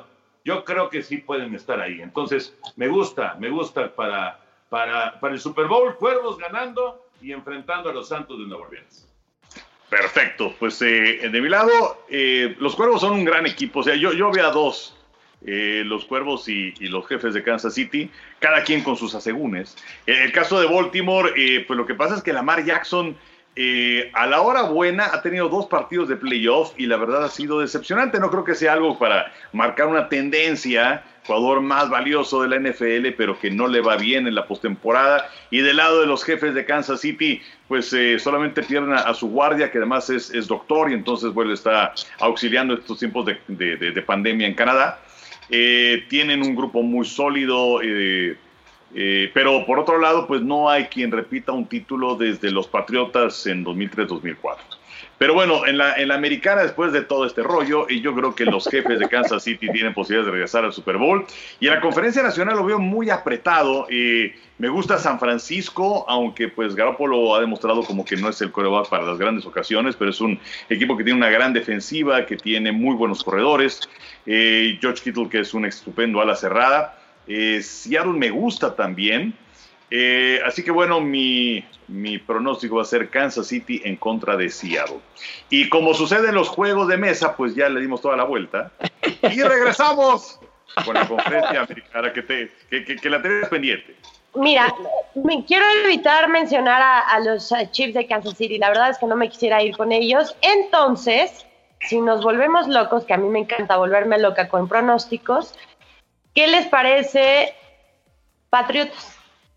Speaker 7: yo creo que sí pueden estar ahí. Entonces, me gusta, me gusta para, para, para el Super Bowl, Cuervos ganando y enfrentando a los Santos de Nueva Orleans.
Speaker 9: Perfecto, pues eh, de mi lado, eh, los Cuervos son un gran equipo. O sea, yo, yo veo a dos, eh, los Cuervos y, y los Jefes de Kansas City, cada quien con sus asegúnes. En el caso de Baltimore, eh, pues lo que pasa es que Lamar Jackson, eh, a la hora buena, ha tenido dos partidos de playoff y la verdad ha sido decepcionante. No creo que sea algo para marcar una tendencia, jugador más valioso de la N F L, pero que no le va bien en la postemporada. Y del lado de los Jefes de Kansas City, pues eh, solamente pierden a, a su guardia, que además es, es doctor, y entonces, bueno, está auxiliando estos tiempos de, de, de, de pandemia en Canadá. Eh, tienen un grupo muy sólido, eh, eh, pero por otro lado, pues no hay quien repita un título desde los Patriotas en dos mil tres dos mil cuatro. Pero bueno, en la, en la americana, después de todo este rollo, y yo creo que los Jefes de Kansas City tienen posibilidades de regresar al Super Bowl. Y en la conferencia nacional lo veo muy apretado. Eh, me gusta San Francisco, aunque pues Garoppolo ha demostrado como que no es el quarterback para las grandes ocasiones, pero es un equipo que tiene una gran defensiva, que tiene muy buenos corredores. Eh, George Kittle, que es un estupendo ala cerrada. Eh, Seattle me gusta también. Eh, así que bueno, mi, mi pronóstico va a ser Kansas City en contra de Seattle. Y como sucede en los juegos de mesa, pues ya le dimos toda la vuelta. Y regresamos con la conferencia americana, que, te, que, que, que la tenés pendiente.
Speaker 8: Mira, me quiero evitar mencionar a, a los Chiefs de Kansas City. La verdad es que no me quisiera ir con ellos. Entonces, si nos volvemos locos, que a mí me encanta volverme loca con pronósticos, ¿qué les parece Patriotas?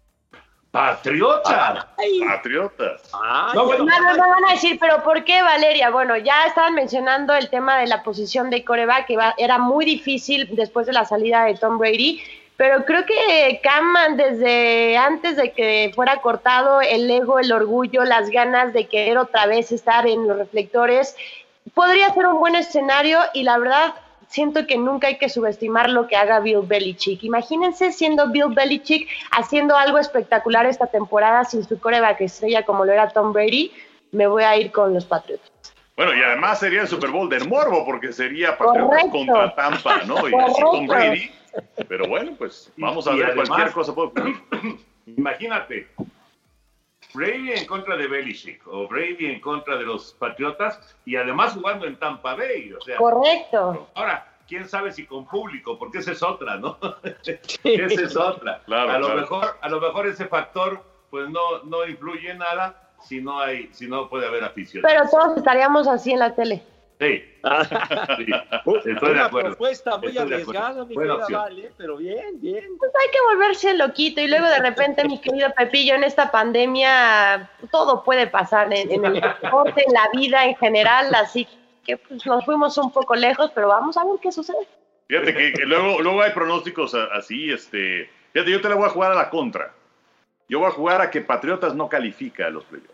Speaker 7: ¡Patriotas!
Speaker 9: ¡Patriotas!
Speaker 8: Ay, no, bueno, no, no, no van a decir, ¿pero por qué, Valeria? Bueno, ya estaban mencionando el tema de la posición de quarterback, que iba, era muy difícil después de la salida de Tom Brady, pero creo que Cam, desde antes de que fuera cortado, el ego, el orgullo, las ganas de querer otra vez estar en los reflectores, podría ser un buen escenario, y la verdad siento que nunca hay que subestimar lo que haga Bill Belichick. Imagínense siendo Bill Belichick haciendo algo espectacular esta temporada sin su quarterback estrella como lo era Tom Brady. Me voy a ir con los Patriotas.
Speaker 9: Bueno, y además sería el Super Bowl del morbo, porque sería Patriotas contra Tampa, ¿no? Y así Tom Brady. Pero bueno, pues vamos a y ver, además, cualquier cosa puede ocurrir.
Speaker 7: Imagínate, Brady en contra de Belichick o Brady en contra de los Patriotas y además jugando en Tampa Bay. O sea,
Speaker 8: correcto.
Speaker 7: Ahora, quién sabe si con público, porque esa es otra, ¿no? Esa es otra.
Speaker 9: Claro,
Speaker 7: a lo
Speaker 9: claro.
Speaker 7: mejor, a lo mejor ese factor, pues no, no influye en nada si no hay, si no puede haber afición.
Speaker 8: Pero todos estaríamos así en la tele.
Speaker 7: Sí. Sí. Estoy de acuerdo.
Speaker 10: Una propuesta muy
Speaker 7: Estoy
Speaker 10: arriesgada, mi querida Vale, pero bien, bien.
Speaker 8: Pues hay que volverse loquito y luego de repente, mi querido Pepillo, en esta pandemia todo puede pasar en, en el deporte, en la vida en general, así que pues, nos fuimos un poco lejos, pero vamos a ver qué sucede.
Speaker 9: Fíjate que, que luego, luego hay pronósticos así, este, fíjate, yo te la voy a jugar a la contra. Yo voy a jugar a que Patriotas no califica a los playoffs.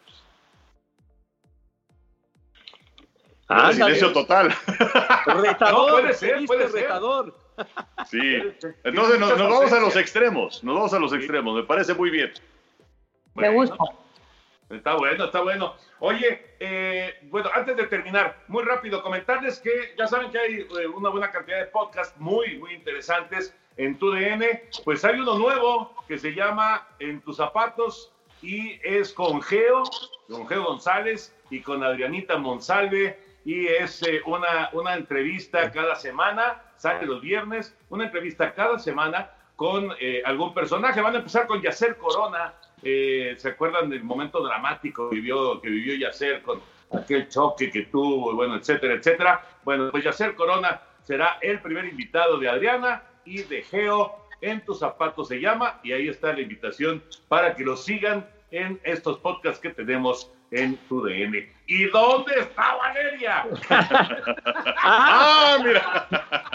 Speaker 9: Ah, silencio total.
Speaker 10: Retador,
Speaker 7: no, puede ser, puede ser.
Speaker 10: Retador.
Speaker 9: Sí. Entonces nos, nos vamos a los extremos. Nos vamos a los extremos. Me parece muy bien.
Speaker 8: Me gusta.
Speaker 7: Está bueno, está bueno. Oye, eh, bueno, antes de terminar, muy rápido, comentarles que ya saben que hay eh, una buena cantidad de podcasts muy, muy interesantes en tu D N. Pues hay uno nuevo que se llama En tus zapatos y es con Geo, con Geo González y con Adrianita Monsalve. Y es eh, una, una entrevista cada semana, sale los viernes, una entrevista cada semana con eh, algún personaje. Van a empezar con Yacer Corona. Eh, ¿Se acuerdan del momento dramático que vivió, que vivió Yacer con aquel choque que tuvo, y bueno, etcétera, etcétera? Bueno, pues Yacer Corona será el primer invitado de Adriana y de Geo. En tus zapatos se llama, y ahí está la invitación para que lo sigan en estos podcasts que tenemos en tu D N. ¿Y dónde está Valeria?
Speaker 9: ¡Ah, mira!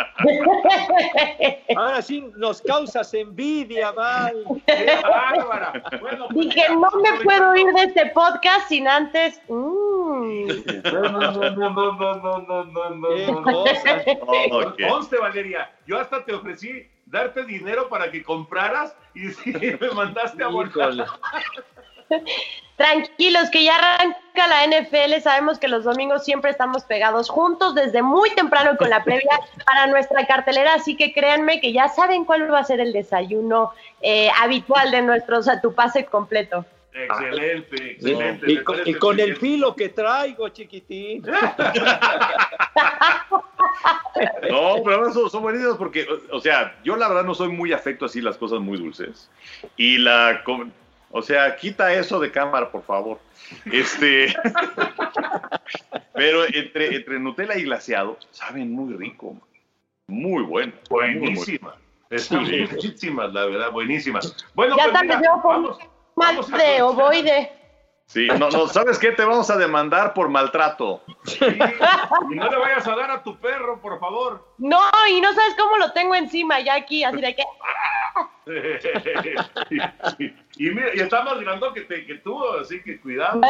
Speaker 10: Ahora sí nos causas envidia, Val.
Speaker 7: ¡Qué bárbara! Bueno, pues,
Speaker 8: dije, no me puedo ir de este podcast sin antes... Mm.
Speaker 7: No, no, no, no, no, no, no, no, no,
Speaker 10: Qué
Speaker 7: no.
Speaker 10: cosa.
Speaker 9: Oh, okay.
Speaker 7: Conste, Valeria, yo hasta te ofrecí darte dinero para que compraras y sí, me mandaste a volar.
Speaker 8: Tranquilos, que ya arranca la N F L. Sabemos que los domingos siempre estamos pegados juntos desde muy temprano con la previa para nuestra cartelera, así que créanme que ya saben cuál va a ser el desayuno eh, habitual de nuestros a tu pase completo.
Speaker 7: Excelente, excelente.
Speaker 10: Y con, y con el filo que traigo, chiquitín.
Speaker 9: No, pero son, son buenísimos porque, o sea, yo la verdad no soy muy afecto así las cosas muy dulces. Y la... O sea, quita eso de cámara, por favor. Este, pero entre, entre Nutella y glaseado, saben muy rico, muy bueno.
Speaker 7: Buenísima. Están sí. Buenísimas, la verdad, buenísimas. Bueno,
Speaker 8: ya
Speaker 7: pues
Speaker 8: también
Speaker 7: mira,
Speaker 8: yo con más de ovoide.
Speaker 9: Sí, no, no, ¿sabes qué? Te vamos a demandar por maltrato.
Speaker 7: Sí. Y no le vayas a dar a tu perro, por favor.
Speaker 8: No, y no sabes cómo lo tengo encima ya aquí, así de que...
Speaker 7: y, y, y mira, y está más grande que, te, que tú, así que cuidado.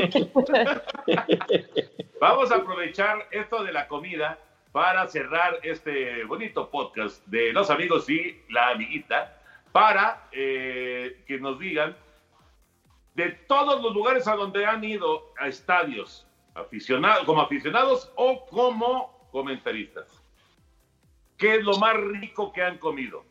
Speaker 7: Vamos a aprovechar esto de la comida para cerrar este bonito podcast de los amigos y la amiguita, para eh, que nos digan de todos los lugares a donde han ido a estadios, aficionados, como aficionados o como comentaristas. ¿Qué es lo más rico que han comido?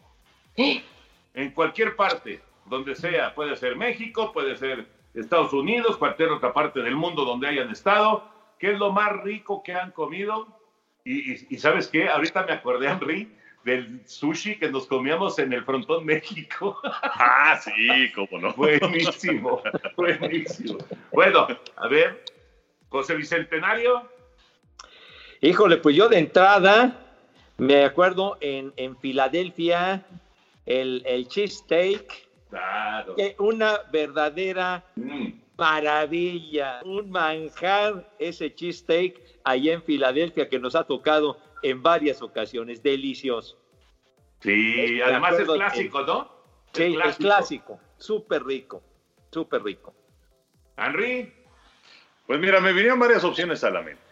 Speaker 7: En cualquier parte, donde sea, puede ser México, puede ser Estados Unidos, cualquier otra parte del mundo donde hayan estado. ¿Qué es lo más rico que han comido? Y, y, y ¿sabes qué? Ahorita me acordé, Henry, del sushi que nos comíamos en el Frontón México.
Speaker 9: Ah, sí, cómo no.
Speaker 7: Buenísimo, buenísimo. Bueno, a ver, José Bicentenario.
Speaker 10: Híjole, pues yo de entrada me acuerdo en, en Filadelfia el, el cheesesteak.
Speaker 7: Claro.
Speaker 10: Una verdadera mm. maravilla, un manjar ese cheesesteak allá en Filadelfia que nos ha tocado en varias ocasiones, delicioso.
Speaker 7: Sí, es, además es clásico, en... ¿no?
Speaker 10: Sí, es clásico, es clásico, súper rico, súper rico.
Speaker 7: Henry.
Speaker 9: Pues mira, me vinieron varias opciones a la mente.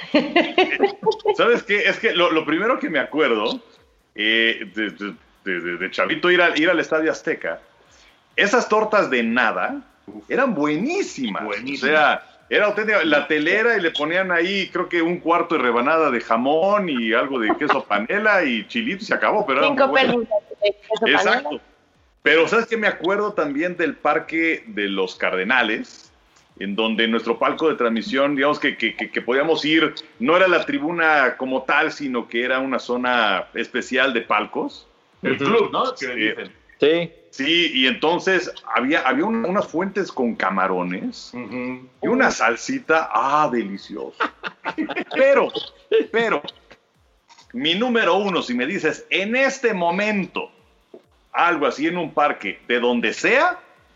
Speaker 9: ¿Sabes qué? Es que lo, lo primero que me acuerdo, eh, de, de, de, de chavito, ir, a, ir al Estadio Azteca, esas tortas de nada eran buenísimas.
Speaker 7: Buenísimas.
Speaker 9: O sea, era auténtica, la telera y le ponían ahí, creo que un cuarto de rebanada de jamón y algo de queso panela y chilito y se acabó. Pero
Speaker 8: Cinco pesos de queso
Speaker 9: Exacto.
Speaker 8: panela.
Speaker 9: Pero ¿sabes qué? Me acuerdo también del Parque de los Cardenales, en donde nuestro palco de transmisión, digamos que, que, que, que podíamos ir, no era la tribuna como tal, sino que era una zona especial de palcos.
Speaker 7: El club, ¿no? Que
Speaker 9: Sí.
Speaker 7: dicen.
Speaker 10: Sí.
Speaker 9: Sí, y entonces había, había un, unas fuentes con camarones
Speaker 7: Uh-huh.
Speaker 9: y una salsita, ah, delicioso. Pero, pero, mi número uno, si me dices, en este momento, algo así en un parque, de donde sea,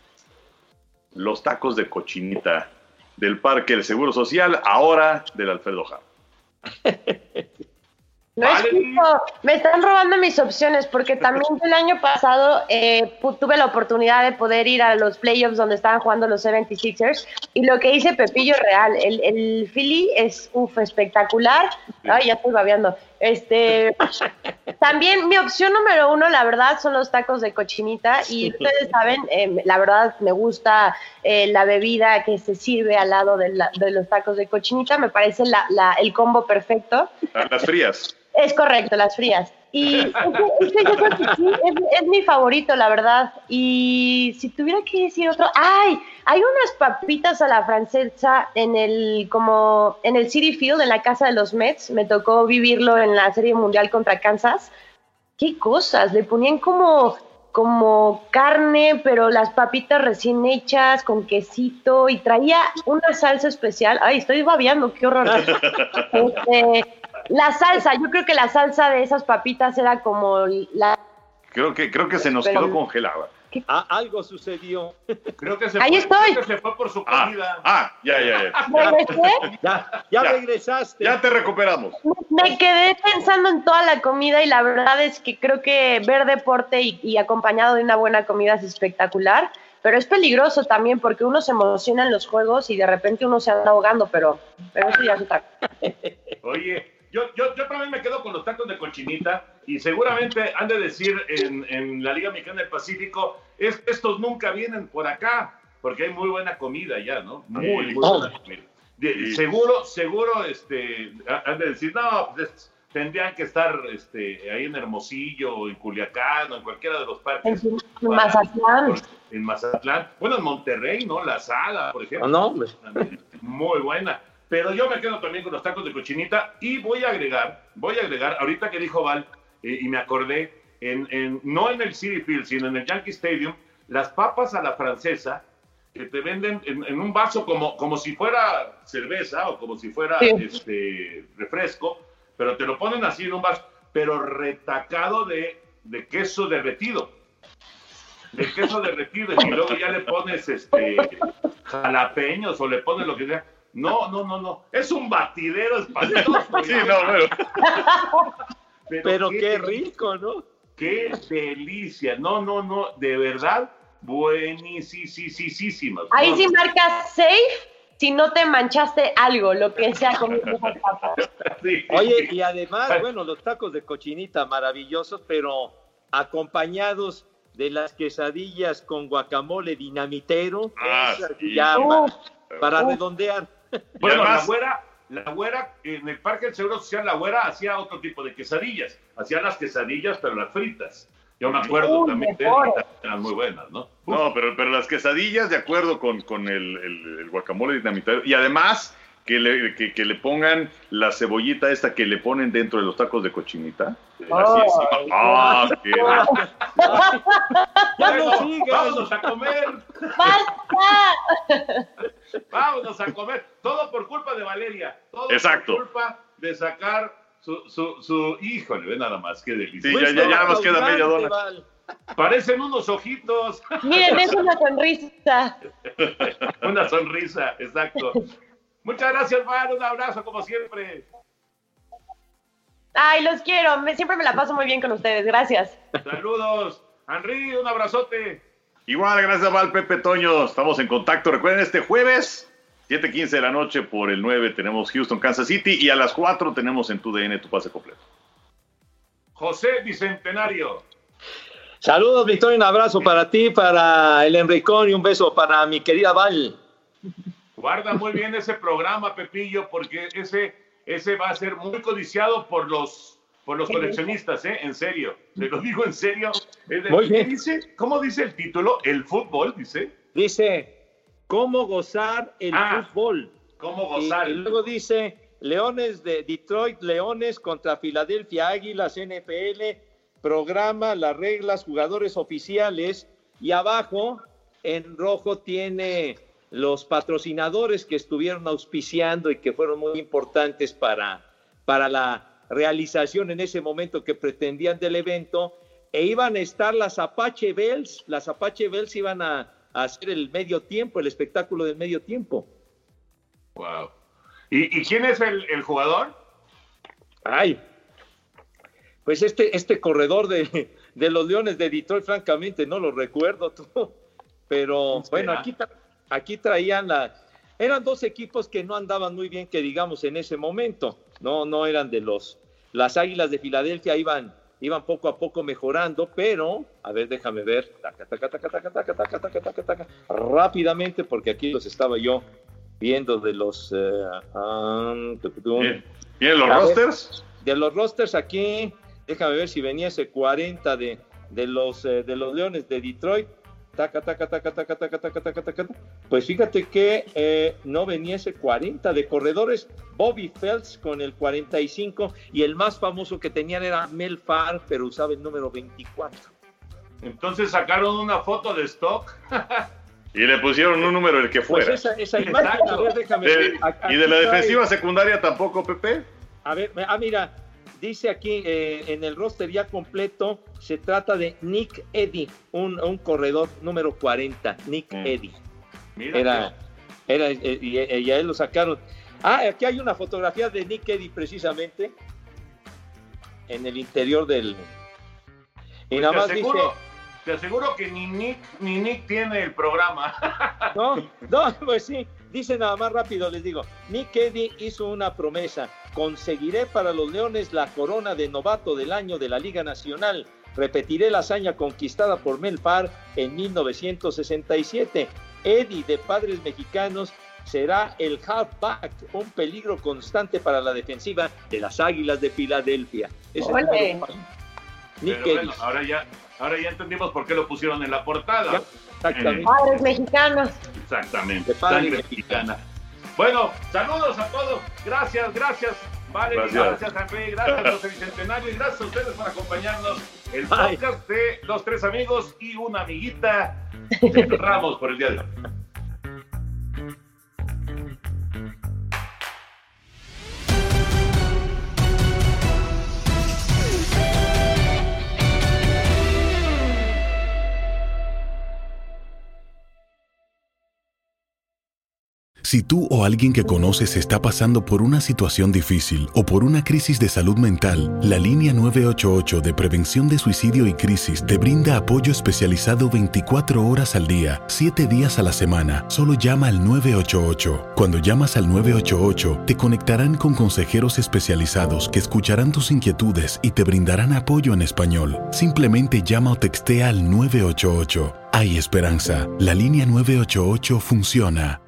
Speaker 9: los tacos de cochinita del Parque del Seguro Social, ahora del Alfredo Jara.
Speaker 8: No es justo, me están robando mis opciones porque también yo el año pasado eh, tuve la oportunidad de poder ir a los playoffs donde estaban jugando los setenta y sixers y lo que dice Pepillo es real, el, el Philly es uf, espectacular, ay ya estoy babeando, este, también mi opción número uno la verdad son los tacos de cochinita y ustedes saben, eh, la verdad me gusta eh, la bebida que se sirve al lado de, la, de los tacos de cochinita, me parece la, la, el combo perfecto.
Speaker 9: Las frías.
Speaker 8: Es correcto, las frías. Y es que, es que yo creo que sí, es, es mi favorito, la verdad. Y si tuviera que decir otro, ¡ay! Hay unas papitas a la francesa en el como en el Citi Field, en la casa de los Mets. Me tocó vivirlo en la Serie Mundial contra Kansas. ¡Qué cosas! Le ponían como, como carne, pero las papitas recién hechas, con quesito, y traía una salsa especial. ¡Ay, estoy babeando! ¡Qué horror! Este... La salsa, yo creo que la salsa de esas papitas era como la...
Speaker 9: Creo que, creo que se nos quedó congelada.
Speaker 10: Ah, algo sucedió.
Speaker 7: Creo que se
Speaker 8: Ahí
Speaker 7: fue,
Speaker 8: estoy.
Speaker 7: Creo que se fue por su
Speaker 9: Ah,
Speaker 7: comida.
Speaker 9: ah, ya, ya, ya.
Speaker 8: ¿Regresé?
Speaker 10: Ya, ya,
Speaker 9: Ya.
Speaker 10: regresaste.
Speaker 9: Ya te recuperamos.
Speaker 8: Me quedé pensando en toda la comida y la verdad es que creo que ver deporte y, y acompañado de una buena comida es espectacular, pero es peligroso también porque uno se emociona en los juegos y de repente uno se anda ahogando, pero, pero eso ya es otra.
Speaker 7: Oye, yo, yo, yo también me quedo con los tacos de cochinita. y seguramente han de decir en, en la Liga Mexicana del Pacífico, es, estos nunca vienen por acá, porque hay muy buena comida ya, ¿no? Muy, muy buena comida. De, seguro, seguro, este, han de decir, no, pues, tendrían que estar este, ahí en Hermosillo, o en Culiacán, o en cualquiera de los parques.
Speaker 8: En Mazatlán.
Speaker 7: En Mazatlán. Bueno, en Monterrey, ¿no? La Saga, por ejemplo.
Speaker 10: No, no,
Speaker 7: muy buena. Pero yo me quedo también con los tacos de cochinita y voy a agregar, voy a agregar, ahorita que dijo Val, eh, y me acordé, en, en, no en el Citi Field, sino en el Yankee Stadium, las papas a la francesa, que te venden en, en un vaso como, como si fuera cerveza o como si fuera sí. este, refresco, pero te lo ponen así en un vaso, pero retacado de, de queso derretido. De queso derretido, y luego ya le pones este, jalapeños o le pones lo que sea. No, no, no, no. Es un batidero espantoso.
Speaker 9: Sí, no, pero...
Speaker 10: pero, pero qué, qué rico, ¿no?
Speaker 7: Qué delicia. No, no, no. De verdad, buenísima.
Speaker 8: Ahí
Speaker 7: no,
Speaker 8: sí marcas safe si no te manchaste algo, lo que sea con esas papas.
Speaker 10: Sí. Oye, y además, bueno, los tacos de cochinita maravillosos, pero acompañados de las quesadillas con guacamole dinamitero.
Speaker 9: Ah, sí.
Speaker 10: Ya, uh, para uh. redondear.
Speaker 7: Bueno, la güera, la güera, en el Parque del Seguro Social, la güera hacía otro tipo de quesadillas. Hacía las quesadillas, pero las fritas. Yo me acuerdo uh, también de eran muy buenas, ¿no? Uf.
Speaker 9: No, pero, pero las quesadillas, de acuerdo con, con el, el, el guacamole dinamitado. Y además, que le, que, que le pongan la cebollita esta que le ponen dentro de los tacos de cochinita.
Speaker 8: Oh,
Speaker 9: así es. ¡Ah, qué
Speaker 7: ya no sigas. Vámonos a comer.
Speaker 8: ¡Basta!
Speaker 7: Vámonos a comer. Todo por culpa de Valeria. Todo
Speaker 9: Exacto.
Speaker 7: por culpa de sacar su, su, su... Híjole, ve nada más, qué delicia.
Speaker 9: Sí, ya, ya, ya nos queda media dona.
Speaker 7: Parecen unos ojitos.
Speaker 8: Miren, es una sonrisa.
Speaker 7: Una sonrisa, exacto. Muchas gracias, Val. Un abrazo, como siempre.
Speaker 8: Ay, los quiero. Me, siempre me la paso muy bien con ustedes. Gracias.
Speaker 7: Saludos. Henry, un abrazote.
Speaker 9: Igual, gracias, Val, Pepe, Toño. Estamos en contacto. Recuerden, este jueves, siete quince de la noche, por el nueve, tenemos Houston, Kansas City. Y a las cuatro tenemos en tu D N tu pase completo.
Speaker 7: José Bicentenario.
Speaker 10: Saludos, Victoria. Un abrazo para ti, para el Enricón y un beso para mi querida Val.
Speaker 7: Guarda muy bien ese programa, Pepillo, porque ese, ese va a ser muy codiciado por los, por los coleccionistas, ¿eh? En serio. Te lo digo en serio.
Speaker 10: Muy bien.
Speaker 7: Dice, ¿cómo dice el título? ¿El fútbol, dice?
Speaker 10: Dice, ¿cómo gozar el
Speaker 7: ah,
Speaker 10: fútbol?
Speaker 7: ¿Cómo gozar?
Speaker 10: Y, y luego dice, Leones de Detroit, Leones contra Filadelfia Águilas, N F L, programa, las reglas, jugadores oficiales, y abajo, en rojo, tiene los patrocinadores que estuvieron auspiciando y que fueron muy importantes para, para la realización en ese momento que pretendían del evento, e iban a estar las Apache Bells, las Apache Bells iban a, a hacer el medio tiempo, el espectáculo del medio tiempo.
Speaker 7: Wow. ¿Y, y quién es el, el jugador?
Speaker 10: Ay, pues este, este corredor de, de los Leones de Detroit, francamente, no lo recuerdo tú, pero bueno, aquí está. Aquí traían la... Eran dos equipos que no andaban muy bien, que digamos, en ese momento. No, no eran de los... Las Águilas de Filadelfia iban, iban poco a poco mejorando, pero... A ver, déjame ver. Taca, taca, taca, taca, taca, taca, taca, taca, taca, rápidamente, porque aquí los estaba yo viendo de los... Uh, um,
Speaker 9: ¿Tienen los rosters?
Speaker 10: Ver, de los rosters aquí, déjame ver si venía ese cuarenta de, de, los, uh, de los Leones de Detroit. Taca, taca, taca, taca, taca, taca, taca, taca. Pues fíjate que eh, no venía ese cuarenta de corredores. Bobby Phelps con el cuarenta y cinco, y el más famoso que tenían era Mel Farr, pero usaba el número veinticuatro.
Speaker 7: Entonces sacaron una foto de stock
Speaker 9: y le pusieron un número el que fuera.
Speaker 10: Pues esa, esa imagen, a ver, déjame
Speaker 9: de,
Speaker 10: ver.
Speaker 9: ¿Y de la defensiva trae... secundaria tampoco, Pepe?
Speaker 10: A ver, ah, mira, dice aquí eh, en el roster ya completo, se trata de Nick Eddy, un, un corredor número cuarenta, Nick mm. Eddy. Mira era, que... era eh, y, y a él lo sacaron. Ah, aquí hay una fotografía de Nick Eddy precisamente en el interior del... Y
Speaker 7: pues
Speaker 10: nada más
Speaker 7: te aseguro,
Speaker 10: dice...
Speaker 7: Te aseguro que ni Nick, ni Nick tiene el programa.
Speaker 10: No, no, pues sí. Dice nada más rápido, les digo, Nick Eddy hizo una promesa: conseguiré para los Leones la corona de novato del año de la Liga Nacional. Repetiré la hazaña conquistada por Mel Farr en mil novecientos sesenta y siete. Eddy, de padres mexicanos, será el halfback, un peligro constante para la defensiva de las Águilas de Filadelfia. Ese es
Speaker 7: Nick Eddy. Bueno, ahora ya, ahora ya entendimos por qué lo pusieron en la portada.
Speaker 10: Ya, exactamente.
Speaker 8: Eh, padres mexicanos.
Speaker 7: Exactamente.
Speaker 10: De padres mexicanos.
Speaker 7: Bueno, saludos a todos. Gracias, gracias. Vale,
Speaker 9: gracias,
Speaker 7: gracias Henry, gracias José Bicentenario y gracias a ustedes por acompañarnos. El podcast de Los Tres Amigos y una amiguita. Cerramos por el día de hoy.
Speaker 11: Si tú o alguien que conoces está pasando por una situación difícil o por una crisis de salud mental, la línea nueve ocho ocho de prevención de suicidio y crisis te brinda apoyo especializado veinticuatro horas al día, siete días a la semana. Solo llama al nueve ocho ocho. Cuando llamas al nueve ocho ocho, te conectarán con consejeros especializados que escucharán tus inquietudes y te brindarán apoyo en español. Simplemente llama o textea al nueve ocho ocho. Hay esperanza. La línea nueve ocho ocho funciona.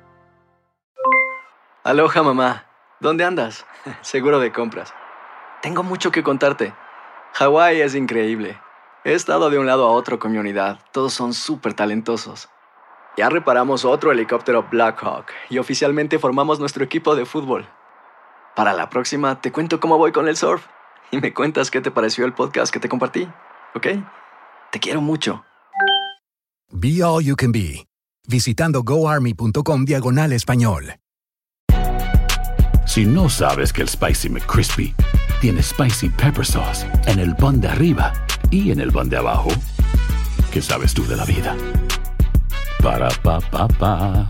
Speaker 1: Aloha, mamá. ¿Dónde andas? Seguro de compras. Tengo mucho que contarte. Hawái es increíble. He estado de un lado a otro con mi unidad. Todos son súper talentosos. Ya reparamos otro helicóptero Black Hawk y oficialmente formamos nuestro equipo de fútbol. Para la próxima te cuento cómo voy con el surf y me cuentas qué te pareció el podcast que te compartí. ¿Ok? Te quiero mucho.
Speaker 2: Be All You Can Be. Visitando goarmy.com diagonal español.
Speaker 5: Si no sabes que el Spicy McCrispy tiene Spicy Pepper Sauce en el pan de arriba y en el pan de abajo, ¿qué sabes tú de la vida? Para, pa, pa, pa.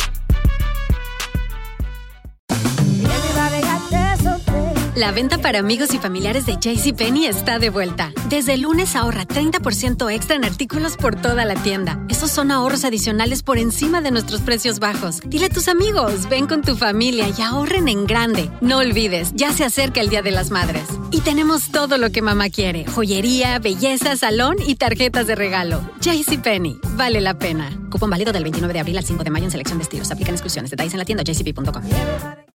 Speaker 6: La venta para amigos y familiares de JCPenney está de vuelta. Desde el lunes ahorra treinta por ciento extra en artículos por toda la tienda. Esos son ahorros adicionales por encima de nuestros precios bajos. Dile a tus amigos, ven con tu familia y ahorren en grande. No olvides, ya se acerca el Día de las Madres. Y tenemos todo lo que mamá quiere: joyería, belleza, salón y tarjetas de regalo. JCPenney, vale la pena. Cupón válido del veintinueve de abril al cinco de mayo en selección de estilos. Aplican exclusiones. Detalles en la tienda j c p punto com.